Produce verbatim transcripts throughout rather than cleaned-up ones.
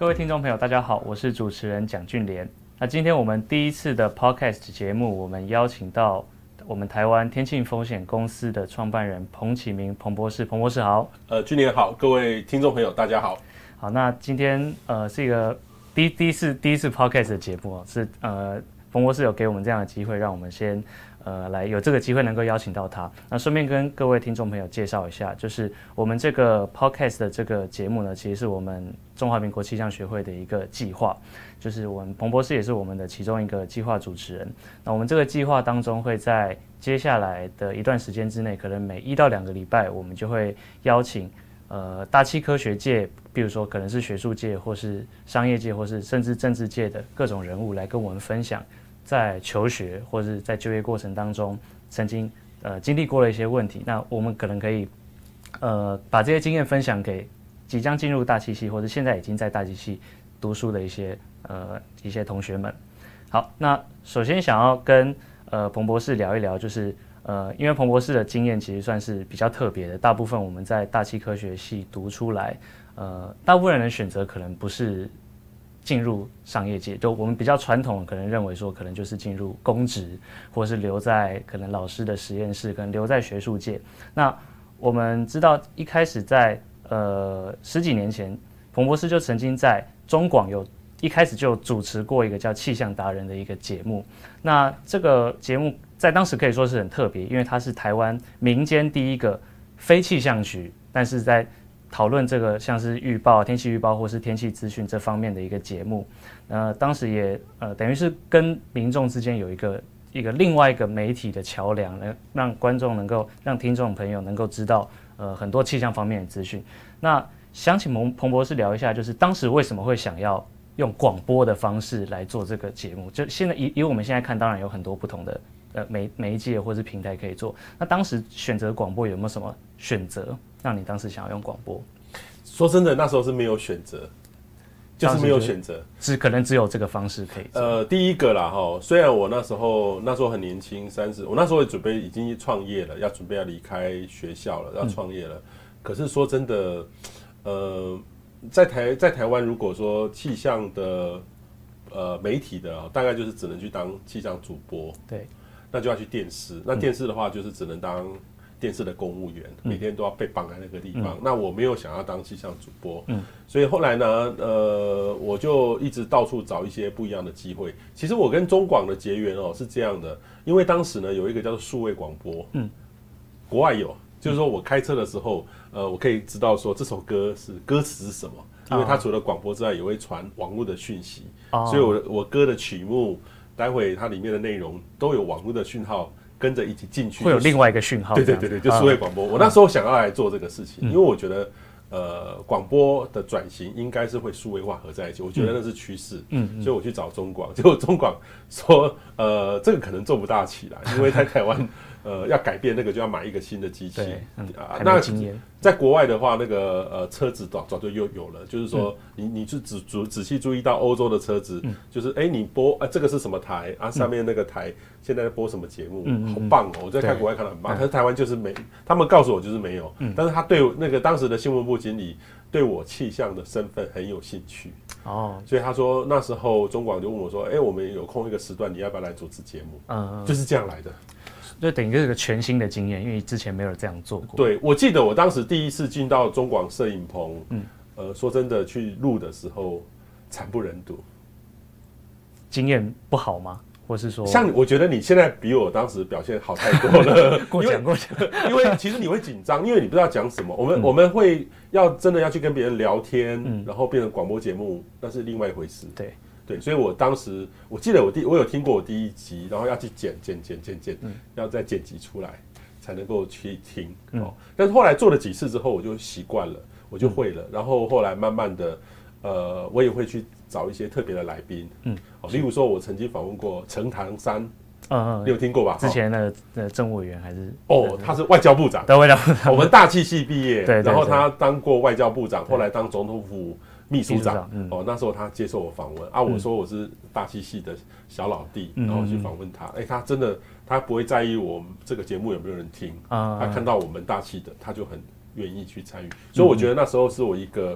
各位听众朋友，大家好，我是主持人蒋俊廉。那今天我们第一次的 Podcast 节目，我们邀请到我们台湾天庆风险公司的创办人彭启明彭博士。彭博士好。 呃，俊廉好，各位听众朋友大家好。 好，那今天呃是一个第第一次第一次 Podcast 的节目，是呃彭博士有给我们这样的机会，让我们先呃来有这个机会能够邀请到他。那顺便跟各位听众朋友介绍一下，就是我们这个 Podcast 的这个节目呢，其实是我们中华民国气象学会的一个计划，就是我们彭博士也是我们的其中一个计划主持人。那我们这个计划当中会在接下来的一段时间之内，可能每一到两个礼拜，我们就会邀请呃大气科学界，比如说可能是学术界，或是商业界，或是甚至政治界的各种人物来跟我们分享在求学或是在就业过程当中曾经呃经历过的一些问题。那我们可能可以呃把这些经验分享给即将进入大气系或者现在已经在大气系读书的一些呃一些同学们。好，那首先想要跟呃彭博士聊一聊，就是呃因为彭博士的经验其实算是比较特别的，大部分我们在大气科学系读出来，呃大部分人的选择可能不是进入商业界，就我们比较传统可能认为说可能就是进入公职，或是留在可能老师的实验室，可能留在学术界。那我们知道一开始在呃十几年前，彭博士就曾经在中广有一开始就主持过一个叫气象达人的一个节目。那这个节目在当时可以说是很特别，因为它是台湾民间第一个非气象局，但是在讨论这个像是预报、天气预报或是天气资讯这方面的一个节目。呃，当时也呃等于是跟民众之间有一个一个另外一个媒体的桥梁，让观众能够让听众朋友能够知道呃很多气象方面的资讯。那想请彭彭博士聊一下，就是当时为什么会想要用广播的方式来做这个节目？就现在以以我们现在看，当然有很多不同的呃媒媒介或是平台可以做。那当时选择广播有没有什么选择，让你当时想要用广播？ 说真的，那时候是没有选择，就是没有选择， 只可能只有这个方式可以做。 呃，第一个啦哈，虽然我那时候那时候很年轻，三十，我那时候也准备已经创业了，要准备要离开学校了，要创业了。嗯、可是说真的，呃，在台在台湾，如果说气象的呃媒体的，大概就是只能去当气象主播， 对， 那就要去电视。那电视的话，就是只能当电视的公务员，每天都要被绑在那个地方。嗯、那我没有想要当气象主播，嗯、所以后来呢，呃，我就一直到处找一些不一样的机会。其实我跟中广的结缘哦是这样的，因为当时呢有一个叫做数位广播，嗯，国外有，就是说我开车的时候，呃，我可以知道说这首歌是歌词是什么，因为它除了广播之外，也会传网络的讯息，哦、所以我我歌的曲目，待会它里面的内容都有网络的讯号跟着一起进去， 会有另外一个讯号。 对对对对，就数位广播。嗯、我那时候想要来做这个事情，嗯、因为我觉得，呃，广播的转型应该是会数位化合在一起，我觉得那是趋势。嗯，嗯所以我去找中广，结果中广说，呃，这个可能做不大起来，因为在台湾。呃，要改变那个就要买一个新的机器， 嗯、 啊，那在国外的话，那个呃车子早早就有有了，就是说、嗯、你你去仔仔仔细注意到欧洲的车子，嗯、就是哎你播啊这个是什么台啊，上面那个台、嗯、现在在播什么节目，嗯、好棒哦！我在看国外看到很棒，但是台湾就是没，他们告诉我就是没有，嗯、但是他对那个当时的新闻部经理对我气象的身份很有兴趣。哦，所以他说那时候中广就问我说，哎，我们有空一个时段，你要不要来主持节目？嗯，就是这样来的。 就等于是个全新的经验，因为之前没有这样做过。 对，我记得我当时第一次进到中广摄影棚，嗯，呃，说真的，去录的时候惨不忍睹。 经验不好吗？或是说， 像我觉得你现在比我当时表现好太多了。 过奖过奖， 因为其实你会紧张，因为你不知道讲什么。我们、嗯、我们会要真的要去跟别人聊天，嗯、然后变成广播节目，那是另外一回事。 对。 对，所以我当时我记得我第我有听过我第一集，然后要去剪剪剪剪剪，嗯、要再剪辑出来才能够去听。嗯、哦，但是后来做了几次之后，我就习惯了，我就会了。嗯、然后后来慢慢的，呃，我也会去找一些特别的来宾。嗯，哦，例如说，我曾经访问过陈唐山。嗯，你有听过吧？ 之前的的政务委员还是哦，他是外交部长， 对外交部长， 我们大气系毕业， 对， 然后他当过外交部长，后来当总统府秘书长，嗯、哦，那时候他接受我访问啊，我说我是大气系的小老弟，嗯、然后去访问他，哎、欸，他真的他不会在意我们这个节目有没有人听，嗯、他看到我们大气的，他就很愿意去参与，所以我觉得那时候是我一个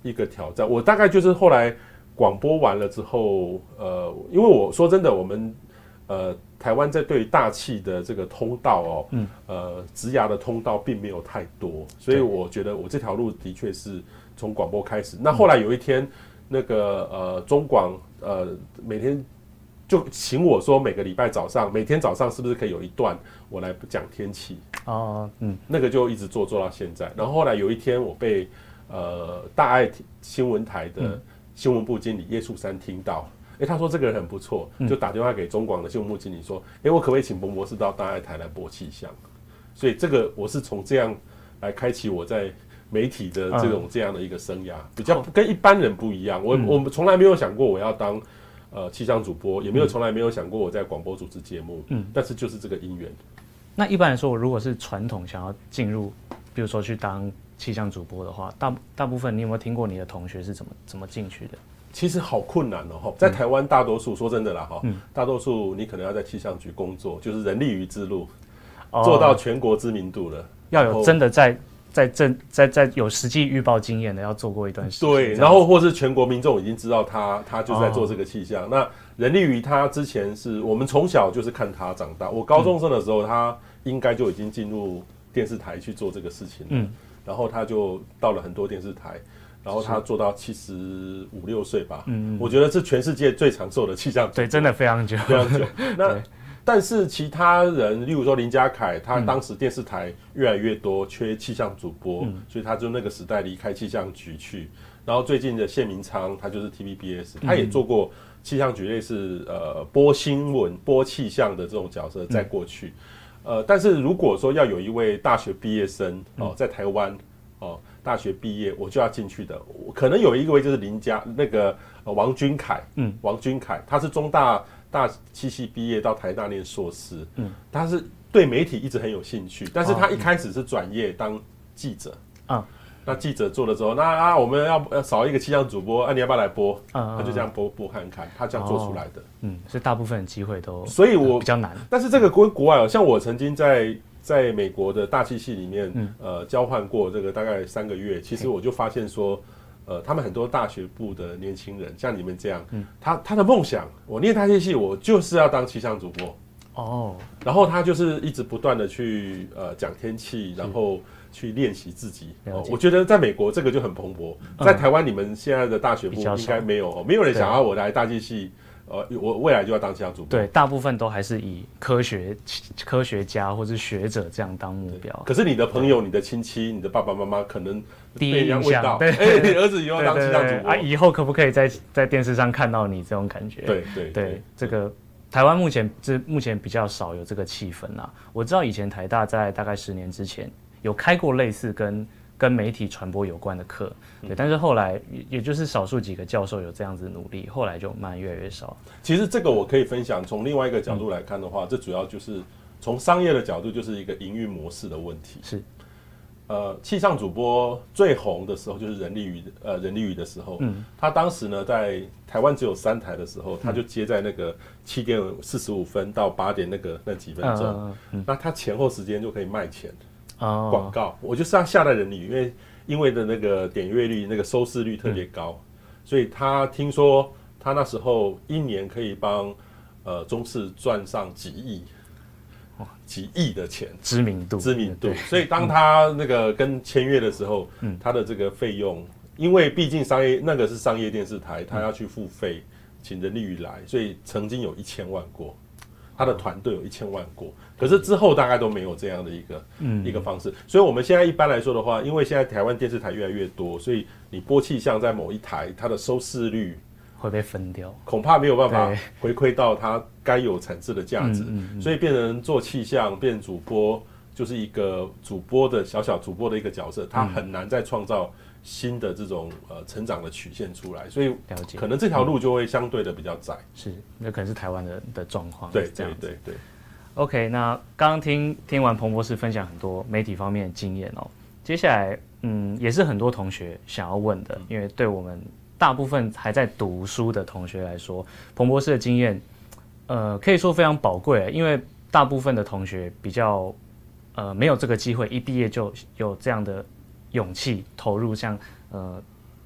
一个挑战。我大概就是后来广播完了之后，呃，因为我说真的，我们呃台湾在对于大气的这个通道哦，嗯，呃，职涯的通道并没有太多，所以我觉得我这条路的确是从广播开始。那后来有一天，那个呃中广呃每天就请我说，每个礼拜早上，每天早上是不是可以有一段我来讲天气？哦，嗯，那个就一直做做到现在。然后后来有一天，我被呃大爱新闻台的新闻部经理叶树山听到，哎，他说这个人很不错，就打电话给中广的新闻部经理说，哎，我可不可以请彭博士到大爱台来播气象？所以这个我是从这样来开启我在媒体的这种这样的一个生涯，比较跟一般人不一样。我我们从来没有想过我要当呃气象主播，也没有从来没有想过我在广播主持节目，嗯，但是就是这个因缘。 那一般来说，我如果是传统想要进入，比如说去当气象主播的话，大大部分你有没有听过你的同学是怎么怎么进去的？ 其实好困难哦，在台湾大多数、嗯、说真的啦哈，嗯、大多数你可能要在气象局工作，就是人力鱼之路，哦、做到全国知名度了， 要有真的在在正在在有实际预报经验的，要做过一段时间。 对，然后或是全国民众已经知道他他就在做这个气象。哦、那人力鱼他之前是我们从小就是看他长大，我高中生的时候、嗯、他应该就已经进入电视台去做这个事情了，嗯，然后他就到了很多电视台。然后他做到七十五六岁吧，嗯，我觉得是全世界最长寿的气象主播， 对，真的非常久， 非常久。那但是其他人，例如说林家凯，他当时电视台越来越多缺气象主播，嗯、所以他就那个时代离开气象局去。然后最近的谢明昌，他就是 T V B S， 他也做过气象局类似呃播新闻、播气象的这种角色，在过去。嗯、呃，但是如果说要有一位大学毕业生哦，在台湾哦。大学毕业我就要进去的，可能有一位就是林家那个、呃、王君凯，嗯，王君凯他是中大大气系毕业到台大念硕士，嗯，他是对媒体一直很有兴趣，但是他一开始是转业当记者，啊、哦，那记者做了之后，那啊我们要要少一个气象主播，啊你要不要来播？啊、他就这样播播看看，他这样做出来的，哦、 嗯，所以大部分的机会都， 所以我、 呃、比较难， 但是这个跟国外哦，像我曾经在。在美国的大气系里面，嗯、呃，交换过这个大概三个月，其实我就发现说，呃，他们很多大学部的年轻人，像你们这样，嗯、他他的梦想，我念大气系，我就是要当气象主播，哦，然后他就是一直不断的去呃讲天气，然后去练习自己。哦，我觉得在美国这个就很蓬勃，在台湾你们现在的大学部应该没有，没有人想要我来大气系。呃，我未来就要当气象主播。 对，大部分都还是以科学科学家或是学者这样当目标。 可是你的朋友、你的亲戚、你的爸爸妈妈可能第一印象， 对，哎，你儿子以后当气象主播啊，以后可不可以在在电视上看到你这种感觉？ 对对 对, 对，这个台湾目前这目前比较少有这个气氛啊。我知道以前台大在大概十年之前有开过类似跟。跟媒体传播有关的课，对，但是后来也就是少数几个教授有这样子努力，后来就慢慢越来越少。 其实这个我可以分享，从另外一个角度来看的话，嗯、这主要就是从商业的角度，就是一个营运模式的问题。 是， 呃，气象主播最红的时候就是人力鱼，呃，人力鱼的时候，嗯，他当时呢在台湾只有三台的时候，他就接在那个七点四十五分到八点那个那几分钟，嗯嗯、那他前后时间就可以卖钱。广告， oh. 我就是要下在人力，因为因为的那个点阅率、那个收视率特别高，嗯、所以他听说他那时候一年可以帮呃中视赚上几亿，哦、几亿的钱， 知名度， 知名度。所以当他那个跟签约的时候，嗯、他的这个费用，因为毕竟商业那个是商业电视台，他要去付费，请人力鱼来，所以曾经有一千万过。他的团队有一千万过，可是之后大概都没有这样的一个、嗯、一个方式，所以我们现在一般来说的话，因为现在台湾电视台越来越多，所以你播气象在某一台，它的收视率会被分掉， 恐怕没有办法回馈到它该有产生的价值，嗯嗯嗯、所以变成做气象变主播就是一个主播的小小主播的一个角色，他很难再创造新的这种呃成长的曲线出来，所以可能这条路就会相对的比较窄。 是，那可能是台湾的的状况。 对对对对。 OK， 那刚刚听听完彭博士分享很多媒体方面的经验哦，接下来嗯也是很多同学想要问的，因为对我们大部分还在读书的同学来说，彭博士的经验呃可以说非常宝贵，因为大部分的同学比较呃没有这个机会，一毕业就有这样的勇气投入像呃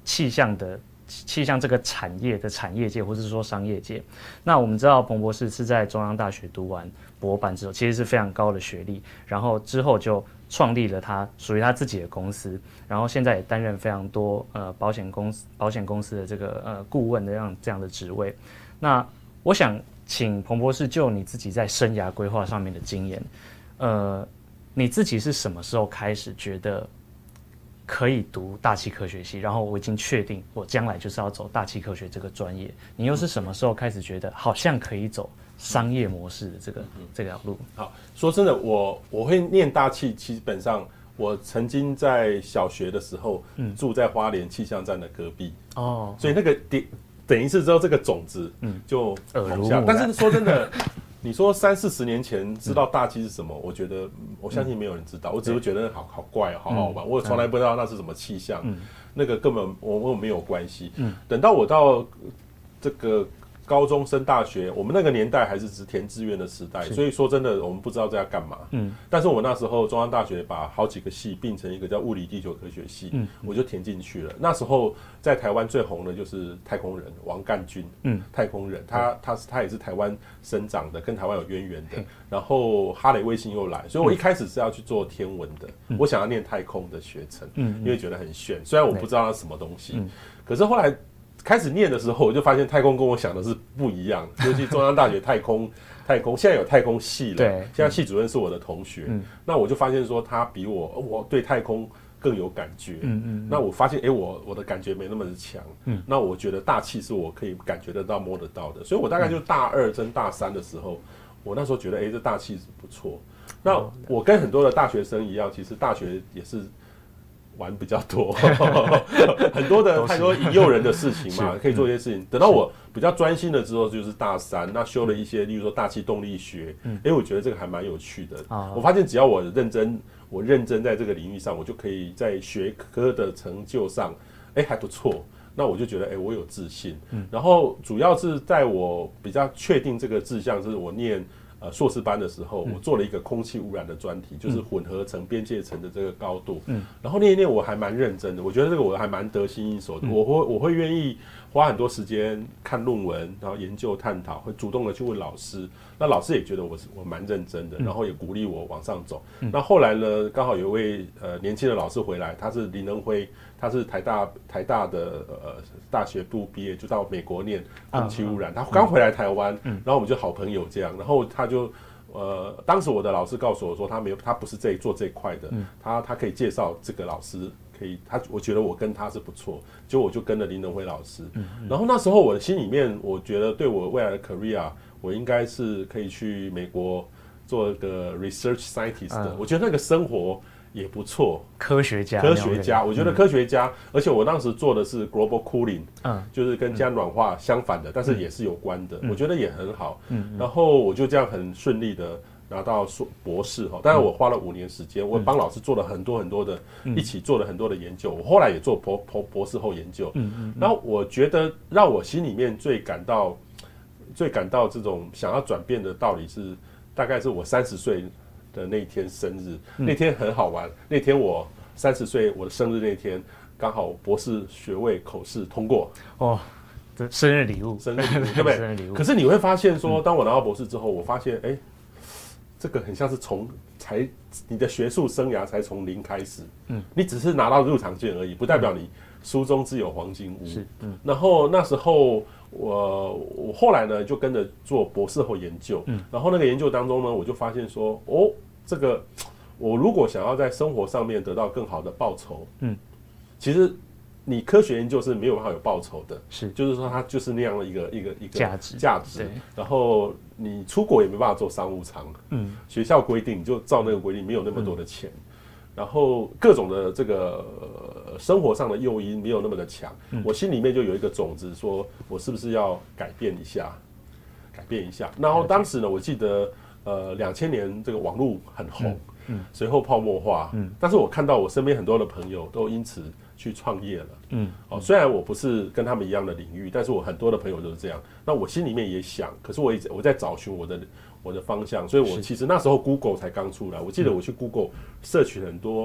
气象的气象这个产业的产业界，或者是说商业界。那我们知道彭博士是在中央大学读完博班之后，其实是非常高的学历，然后之后就创立了他属于他自己的公司，然后现在也担任非常多呃保险公司保险公司的这个呃顾问的这样这样的职位。那我想请彭博士就你自己在生涯规划上面的经验，呃，你自己是什么时候开始觉得可以读大气科学系，然后我已经确定我将来就是要走大气科学这个专业？你又是什么时候开始觉得好像可以走商业模式的这个、嗯、这条路？ 好，说真的，我我会念大气，基本上我曾经在小学的时候、嗯、住在花莲气象站的隔壁哦，所以那个等于是之后这个种子就往下。但是说真的，你说三四十年前知道大气是什么，嗯、我觉得我相信没有人知道，我只是觉得好好怪，好好玩，嗯、我从来不知道那是什么气象，嗯、那个根本我我没有关系。嗯、等到我到这个高中升大学，我们那个年代还是只填志愿的时代，所以说真的我们不知道这要干嘛。嗯，但是我那时候中央大学把好几个系并成一个叫物理地球科学系，嗯，我就填进去了。那时候在台湾最红的就是太空人王干军，嗯，太空人，他他他也是台湾生长的，跟台湾有渊源的。然后哈雷卫星又来，所以我一开始是要去做天文的，嗯、我想要念太空的学程，嗯，因为觉得很炫，虽然我不知道它是什么东西，嗯、可是后来开始念的时候，我就发现太空跟我想的是不一样，尤其中央大学太空太空现在有太空系了，对，现在系主任是我的同学，嗯、那我就发现说他比我我对太空更有感觉，嗯嗯，那我发现哎、欸，我我的感觉没那么的强，嗯，那我觉得大气是我可以感觉得到摸得到的，所以我大概就大二升大三的时候，我那时候觉得哎、欸，这大气不错。那我跟很多的大学生一样，其实大学也是玩比较多，很多的太多引诱人的事情嘛，可以做一些事情。等到我比较专心了之后，就是大三，那修了一些，例如说大气动力学，因为我觉得这个还蛮有趣的。我发现只要我认真，我认真在这个领域上，我就可以在学科的成就上，哎、欸、还不错。那我就觉得，哎、欸，我有自信。然后主要是在我比较确定这个志向，就是我念呃硕士班的时候，我做了一个空气污染的专题，就是混合层、边界层的这个高度。嗯，然后念一念我还蛮认真的，我觉得这个我还蛮得心应手的。嗯、我会我会愿意花很多时间看论文，然后研究探讨，会主动的去问老师。那老师也觉得我是我蛮认真的，然后也鼓励我往上走。嗯、那后来呢，刚好有一位呃年轻的老师回来，他是林能辉。他是台大台大的呃大学部毕业，就到美国念空气污染。他刚回来台湾，然后我们就好朋友这样。然后他就呃，当时我的老师告诉我说，他没有，他不是这一做这一块的，他他可以介绍这个老师，可以他我觉得我跟他是不错，就我就跟了林能辉老师。然后那时候我的心里面，我觉得对我未来的 career， 我应该是可以去美国做一个 research scientist 的。我觉得那个生活也不错， 科学家， 科学家，我觉得科学家，嗯、而且我当时做的是 global cooling，嗯，就是跟加暖化相反的，嗯、但是也是有关的，嗯、我觉得也很好。嗯，然后我就这样很顺利的拿到博士哈，当然我花了五年时间，我帮老师做了很多很多的，嗯、一起做了很多的研究，我后来也做博博博士后研究。嗯嗯，然后我觉得让我心里面最感到最感到这种想要转变的道理是，大概是我三十岁的那一天生日，嗯、那天很好玩。那天我三十岁，我的生日那天刚好博士学位口试通过。 哦，这生日礼物， 生日礼物，对不对？ 生日礼物。 可是你会发现说，当我拿到博士之后，我发现，哎、欸，这个很像是从才你的学术生涯才从零开始。嗯，你只是拿到入场券而已，不代表你书中自有黄金屋。是，嗯。然后那时候。我我后来呢就跟着做博士后研究，嗯，然后那个研究当中呢，我就发现说，哦，这个我如果想要在生活上面得到更好的报酬，嗯，其实你科学研究是没有办法有报酬的，是，就是说它就是那样的一个一个一个价值价值，然后你出国也没办法做商务舱，嗯，学校规定就照那个规定，没有那么多的钱。嗯，然后各种的这个、呃、生活上的诱因没有那么的强，嗯、我心里面就有一个种子，说我是不是要改变一下，改变一下。然后当时呢，我记得呃两千年这个网络很红，嗯嗯、随后泡沫化，嗯、但是我看到我身边很多的朋友都因此去创业了，嗯，哦，虽然我不是跟他们一样的领域，但是我很多的朋友都是这样。那我心里面也想，可是我一直我在找寻我的。我的方向，所以我其实那时候 Google 才刚出来，我记得我去 Google search 很多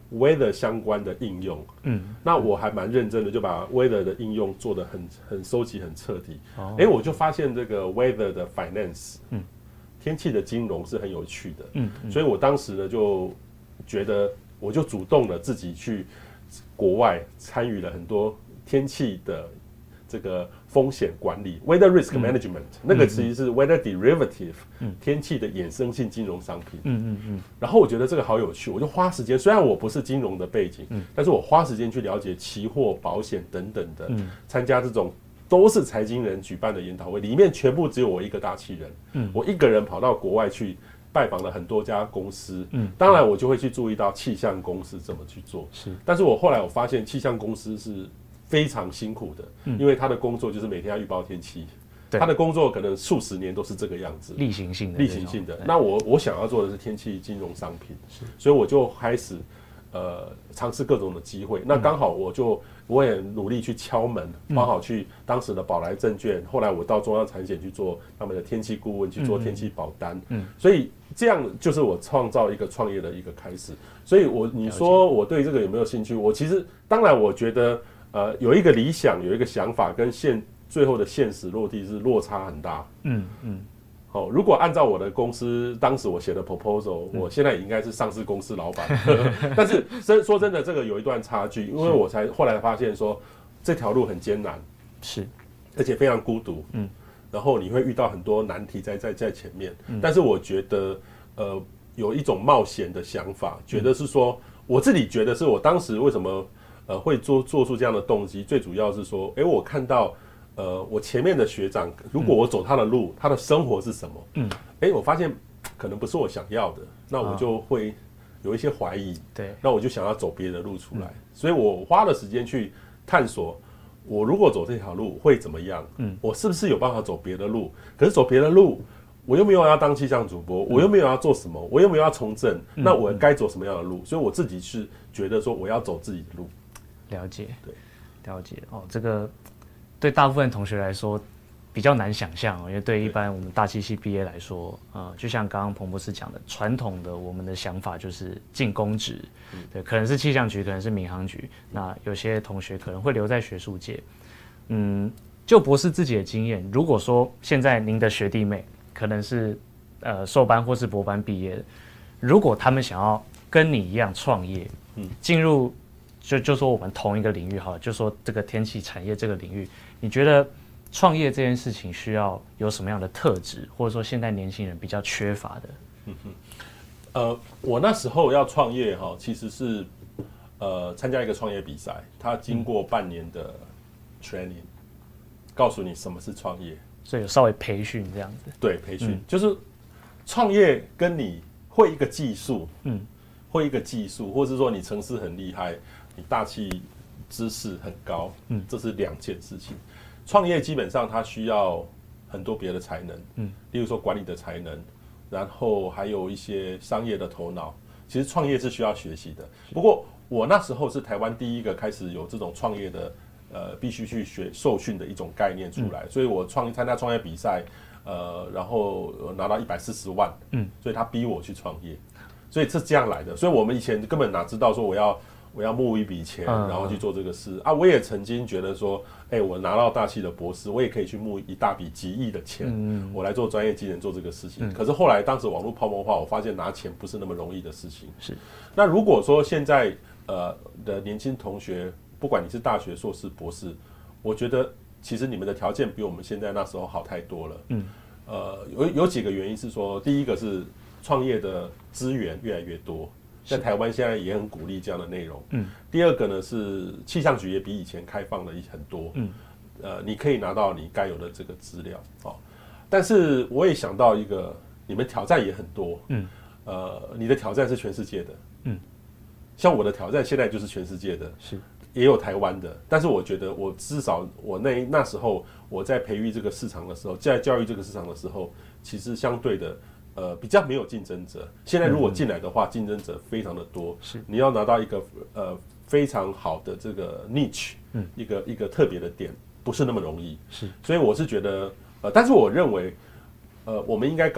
weather 相关的应用。嗯，那我还蛮认真的，就把 weather 的应用做得很很收集很彻底。哦，哎，我就发现这个 weather 的 finance， 嗯，天气的金融是很有趣的。嗯，嗯所以我当时呢就觉得，我就主动的自己去国外参与了很多天气的这个风险管理 weather risk management，嗯、那个其实是 weather derivative，嗯、天气的衍生性金融商品。嗯嗯嗯。然后我觉得这个好有趣，我就花时间，虽然我不是金融的背景，嗯、但是我花时间去了解期货、保险等等的，嗯、参加这种都是财经人举办的研讨会，里面全部只有我一个大气人，嗯、我一个人跑到国外去拜访了很多家公司，嗯、当然我就会去注意到气象公司怎么去做，是，但是我后来我发现气象公司是非常辛苦的，嗯、因为他的工作就是每天要预报天气，他的工作可能数十年都是这个样子， 例行性的， 例行性的。那我我想要做的是天气金融商品，所以我就开始呃尝试各种的机会。那刚好我就我也努力去敲门，刚好去当时的宝来证券，后来我到中央产险去做他们的天气顾问，去做天气保单。嗯，所以这样就是我创造一个创业的一个开始。所以我你说我对这个有没有兴趣？我其实当然我觉得。呃，有一个理想，有一个想法，跟现最后的现实落地是落差很大。嗯嗯。好、哦，如果按照我的公司当时我写的 proposal，、嗯、我现在也应该是上市公司老板。但是真说真的，这个有一段差距，因为我才后来发现说这条路很艰难， 是， 而且非常孤独。嗯。然后你会遇到很多难题在在在前面，嗯、但是我觉得呃有一种冒险的想法，觉得是说、嗯、我自己觉得是我当时为什么。呃，会做做出这样的动机，最主要是说，哎，我看到，呃，我前面的学长，如果我走他的路，嗯、他的生活是什么？嗯，哎，我发现可能不是我想要的，那我就会有一些怀疑。对，那我就想要走别的路出来，嗯、所以我花了时间去探索，我如果走这条路会怎么样？嗯，我是不是有办法走别的路？可是走别的路，我又没有要当气象主播，我又没有要做什么，我又没有要从政，嗯、那我该走什么样的路？所以我自己是觉得说，我要走自己的路。 了解， 对， 了解哦。这个对大部分同学来说比较难想象哦，因为对一般我们大气系毕业来说，呃，就像刚刚彭博士讲的，传统的我们的想法就是进公职，嗯、对，可能是气象局，可能是民航局。那有些同学可能会留在学术界。嗯，就博士自己的经验，如果说现在您的学弟妹可能是呃硕班或是博班毕业的，如果他们想要跟你一样创业，嗯，进入就就说我们同一个领域好了，就说这个天气产业这个领域，你觉得创业这件事情需要有什么样的特质，或者说现在年轻人比较缺乏的？嗯哼， 呃，我那时候要创业哈，其实是呃参加一个创业比赛，它经过半年的 training，、嗯、告诉你什么是创业， 所以有稍微培训这样子。 对，培训、嗯、就是创业跟你会一个技术，嗯，会一个技术，或是说你程式很厉害。你大气知识很高，嗯，这是两件事情。创业基本上它需要很多别的才能，嗯，例如说管理的才能，然后还有一些商业的头脑。其实创业是需要学习的。不过我那时候是台湾第一个开始有这种创业的，呃，必须去学受训的一种概念出来，嗯、所以我创参加创业比赛，呃，然后拿到一百四十万，嗯，所以他逼我去创业，所以是这样来的。所以我们以前根本哪知道说我要。我要募一笔钱，然后去做这个事、嗯、啊！我也曾经觉得说，哎、欸，我拿到大气的博士，我也可以去募一大笔几亿的钱，嗯、我来做专业技能做这个事情。嗯、可是后来，当时网络泡沫化，我发现拿钱不是那么容易的事情。是。那如果说现在呃的年轻同学，不管你是大学、硕士、博士，我觉得其实你们的条件比我们现在那时候好太多了。嗯。呃，有有几个原因是说，第一个是创业的资源越来越多。在台湾现在也很鼓励这样的内容。嗯，第二个呢是气象局也比以前开放了很多。嗯，呃，你可以拿到你该有的这个资料。哦，但是我也想到一个，你们挑战也很多。嗯，呃，你的挑战是全世界的。嗯，像我的挑战现在就是全世界的，是也有台湾的。但是我觉得我至少我那那时候我在培育这个市场的时候，在教育这个市场的时候，其实相对的。呃，比较没有竞争者。现在如果进来的话，竞争者非常的多。是，你要拿到一个呃非常好的这个 niche， 嗯，一个一个特别的点，不是那么容易。是，所以我是觉得，呃，但是我认为，呃，我们应该搞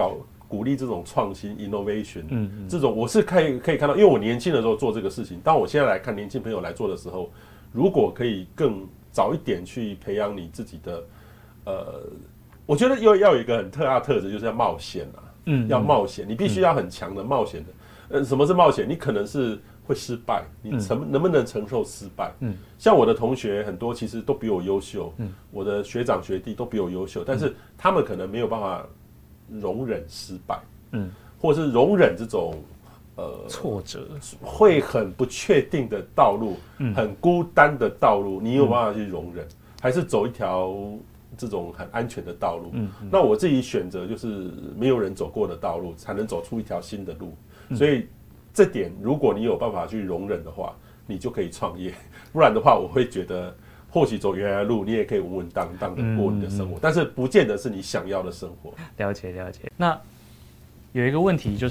鼓励这种创新 innovation， 嗯嗯，这种我是可以可以看到，因为我年轻的时候做这个事情，当我现在来看年轻朋友来做的时候，如果可以更早一点去培养你自己的，呃，我觉得要要有一个很特大的特质，就是要冒险啊，嗯，要冒险，你必须要很强的冒险的，呃，什么是冒险？你可能是会失败，你承能不能承受失败？嗯，像我的同学很多其实都比我优秀，嗯，我的学长学弟都比我优秀，但是他们可能没有办法容忍失败，嗯，或是容忍这种呃挫折， 会很不确定的道路，嗯，很孤单的道路，你有办法去容忍，嗯，还是走一条这种很安全的道路？嗯，嗯，那我自己选择就是没有人走过的道路，才能走出一条新的路，嗯，所以。这点，如果你有办法去容忍的话，你就可以创业。不然的话，我会觉得，或许走原来的路，你也可以稳稳当当的过你的生活，嗯嗯，但是不见得是你想要的生活。 了解了解。那有一个问题就是，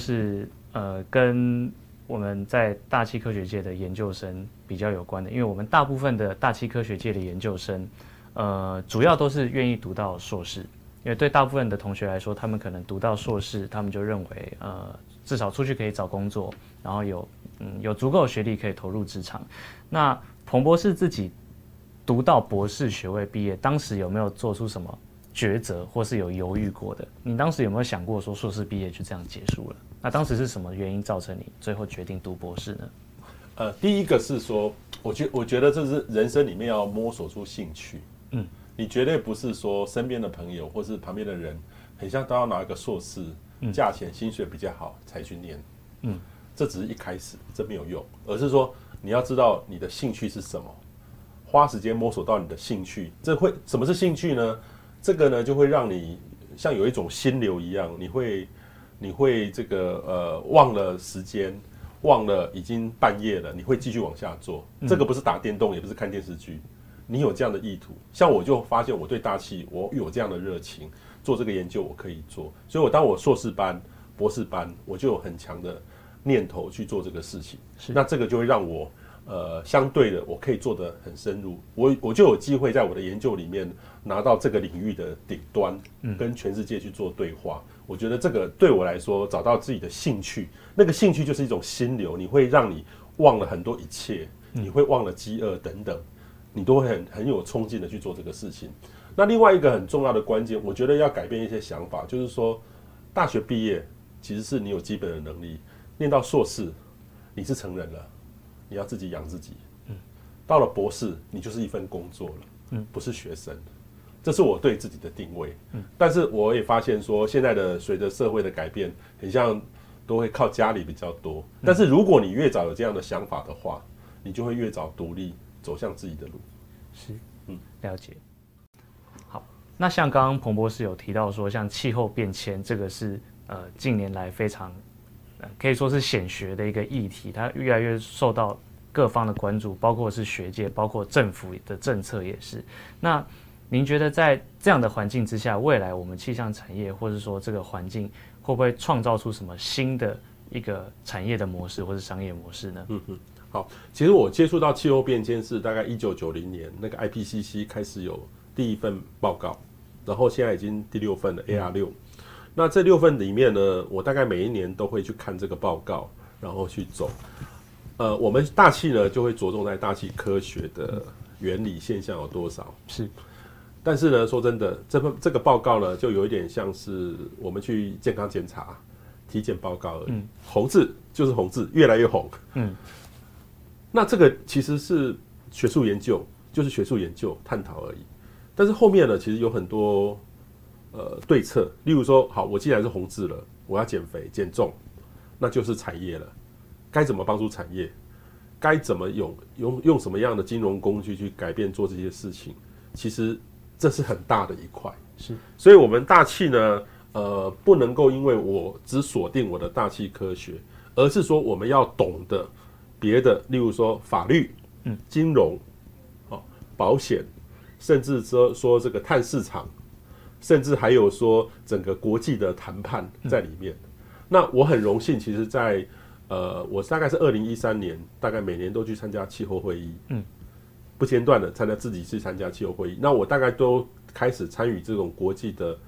呃，跟我们在大气科学界的研究生比较有关的，因为我们大部分的大气科学界的研究生，呃，主要都是愿意读到硕士，因为对大部分的同学来说，他们可能读到硕士，他们就认为，呃。至少出去可以找工作，然后有嗯有足够的学历可以投入职场。那彭博士自己读到博士学位毕业，当时有没有做出什么抉择，或是有犹豫过的？你当时有没有想过说硕士毕业就这样结束了？那当时是什么原因造成你最后决定读博士呢？ 呃，第一个是说，我觉我觉得这是人生里面要摸索出兴趣。嗯，你绝对不是说身边的朋友或是旁边的人，很像都要拿一个硕士。价钱薪水比较好才去念，嗯，这只是一开始，这没有用，而是说你要知道你的兴趣是什么，花时间摸索到你的兴趣，这会什么是兴趣呢？这个呢就会让你像有一种心流一样，你会你会这个呃忘了时间，忘了已经半夜了，你会继续往下做。这个不是打电动，也不是看电视剧，你有这样的意图。像我就发现我对大气我有这样的热情。做这个研究我可以做，所以我当我硕士班、博士班，我就有很强的念头去做这个事情。那这个就会让我呃相对的，我可以做得很深入，我我就有机会在我的研究里面拿到这个领域的顶端，跟全世界去做对话。嗯，我觉得这个对我来说，找到自己的兴趣，那个兴趣就是一种心流，你会让你忘了很多一切，你会忘了饥饿等等，你都会很很有冲劲的去做这个事情。那另外一个很重要的关键，我觉得要改变一些想法，就是说，大学毕业其实是你有基本的能力，念到硕士，你是成人了，你要自己养自己。嗯，到了博士，你就是一份工作了，嗯，不是学生。这是我对自己的定位。嗯，但是我也发现说，现在的随着社会的改变，很像都会靠家里比较多。但是如果你越早有这样的想法的话，你就会越早独立走向自己的路。 是，嗯，了解。那像刚刚彭博士有提到说，像气候变迁这个是呃近年来非常、呃、可以说是显学的一个议题，它越来越受到各方的关注，包括是学界，包括政府的政策也是。那您觉得在这样的环境之下，未来我们气象产业或者说这个环境会不会创造出什么新的一个产业的模式或是商业模式呢？ 嗯嗯，好，其实我接触到气候变迁是大概一九九零年，那个 I P C C 开始有第一份报告。然后现在已经第六份了 A R 六，那这六份里面呢，我大概每一年都会去看这个报告，然后去走。呃，我们大气呢就会着重在大气科学的原理现象有多少是， 但是呢，说真的，这份这个报告呢，就有一点像是我们去健康检查、体检报告而已。嗯，红字就是红字，越来越红。嗯，那这个其实是学术研究，就是学术研究探讨而已。但是后面呢，其实有很多呃对策，例如说，好，我既然是红字了，我要减肥减重，那就是产业了，该怎么帮助产业？该怎么用用用什么样的金融工具去改变做这些事情？其实这是很大的一块。 是， 所以我们大气呢，呃，不能够因为我只锁定我的大气科学，而是说我们要懂得别的，例如说法律、嗯、金融、哦、保险。甚至说说这个碳市场，甚至还有说整个国际的谈判在里面。嗯、那我很荣幸，其实在呃，我大概是二零一三年，大概每年都去参加气候会议，嗯，不间断的参加自己去参加气候会议。那我大概都开始参与这种国际的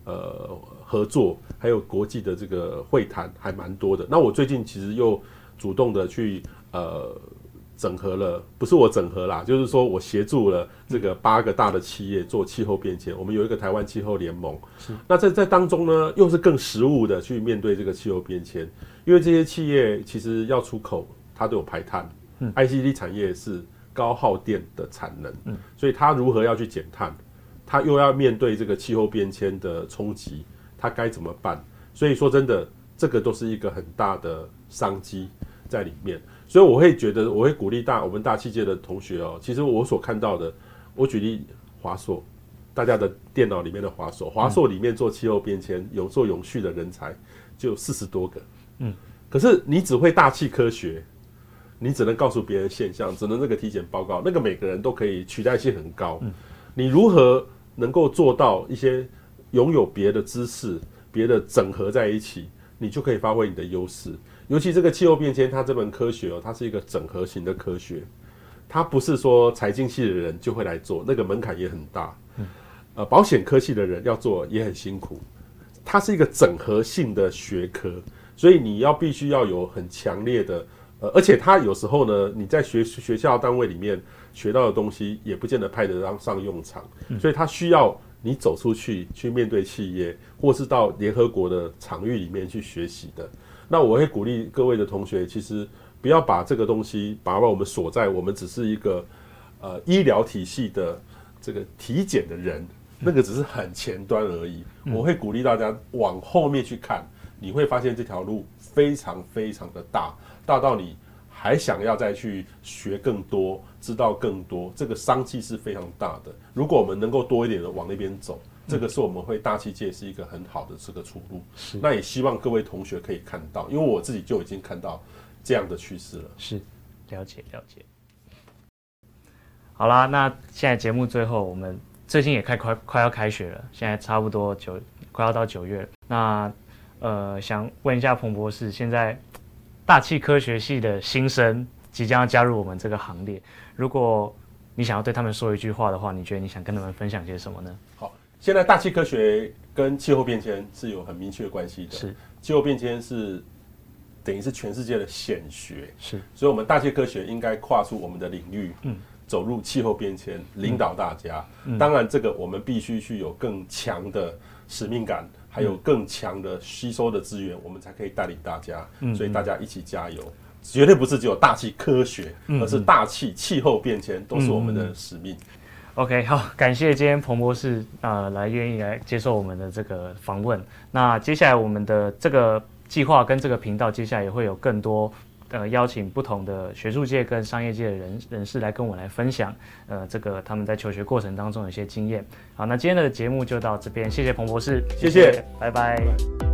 呃合作，还有国际的这个会谈还蛮多的。那我最近其实又主动的去呃整合了，不是我整合啦，就是说我协助了这个八个大的企业做气候变迁。我们有一个台湾气候联盟，那在在当中呢，又是更实务的去面对这个气候变迁，因为这些企业其实要出口，它都有排碳。嗯、I C T 产业是高耗电的产能，嗯、所以它如何要去减碳，它又要面对这个气候变迁的冲击，它该怎么办？所以说真的，这个都是一个很大的商机在里面。所以我会觉得，我会鼓励大我们大气界的同学哦。其实我所看到的，我举例华硕，大家的电脑里面的华硕，华硕里面做气候变迁、有做永续的人才就有四十多个。嗯，可是你只会大气科学，你只能告诉别人现象，只能那个体检报告，那个每个人都可以取代性很高。嗯，你如何能够做到一些拥有别的知识、别的整合在一起，你就可以发挥你的优势。尤其这个气候变迁，它这门科学哦，它是一个整合型的科学，它不是说财经系的人就会来做，那个门槛也很大。嗯，呃，保险科系的人要做也很辛苦，它是一个整合性的学科，所以你要必须要有很强烈的，呃，而且它有时候呢，你在学学校单位里面学到的东西，也不见得派得上用场，嗯、所以它需要你走出去，去面对企业，或是到联合国的场域里面去学习的。那我会鼓励各位的同学，其实不要把这个东西把我们锁在我们只是一个呃医疗体系的这个体检的人，那个只是很前端而已。嗯、我会鼓励大家往后面去看，你会发现这条路非常非常的大，大到你还想要再去学更多，知道更多，这个商机是非常大的。如果我们能够多一点的往那边走，这个是我们会大气界是一个很好的这个出路。那也希望各位同学可以看到，因为我自己就已经看到这样的趋势了。 是，了解了解。好啦，那现在节目最后，我们最近也快快快要开学了，现在差不多九快要到九月了。那呃，想问一下彭博士，现在大气科学系的新生即将要加入我们这个行列，如果你想要对他们说一句话的话，你觉得你想跟他们分享些什么呢？ 好。现在大气科学跟气候变迁是有很明确关系的。是，气候变迁是等于是全世界的显学。是，所以我们大气科学应该跨出我们的领域，嗯，走入气候变迁，领导大家。嗯、当然，这个我们必须去有更强的使命感，还有更强的吸收的资源，我们才可以带领大家。嗯、所以大家一起加油。绝对不是只有大气科学，而是大气气候变迁都是我们的使命。 OK， 好，感谢今天彭博士呃来愿意来接受我们的这个访问。那接下来我们的这个计划跟这个频道，接下来也会有更多呃邀请不同的学术界跟商业界的人人士来跟我来分享呃这个他们在求学过程当中有一些经验。好，那今天的节目就到这边，谢谢彭博士， 谢谢， 拜拜。拜拜。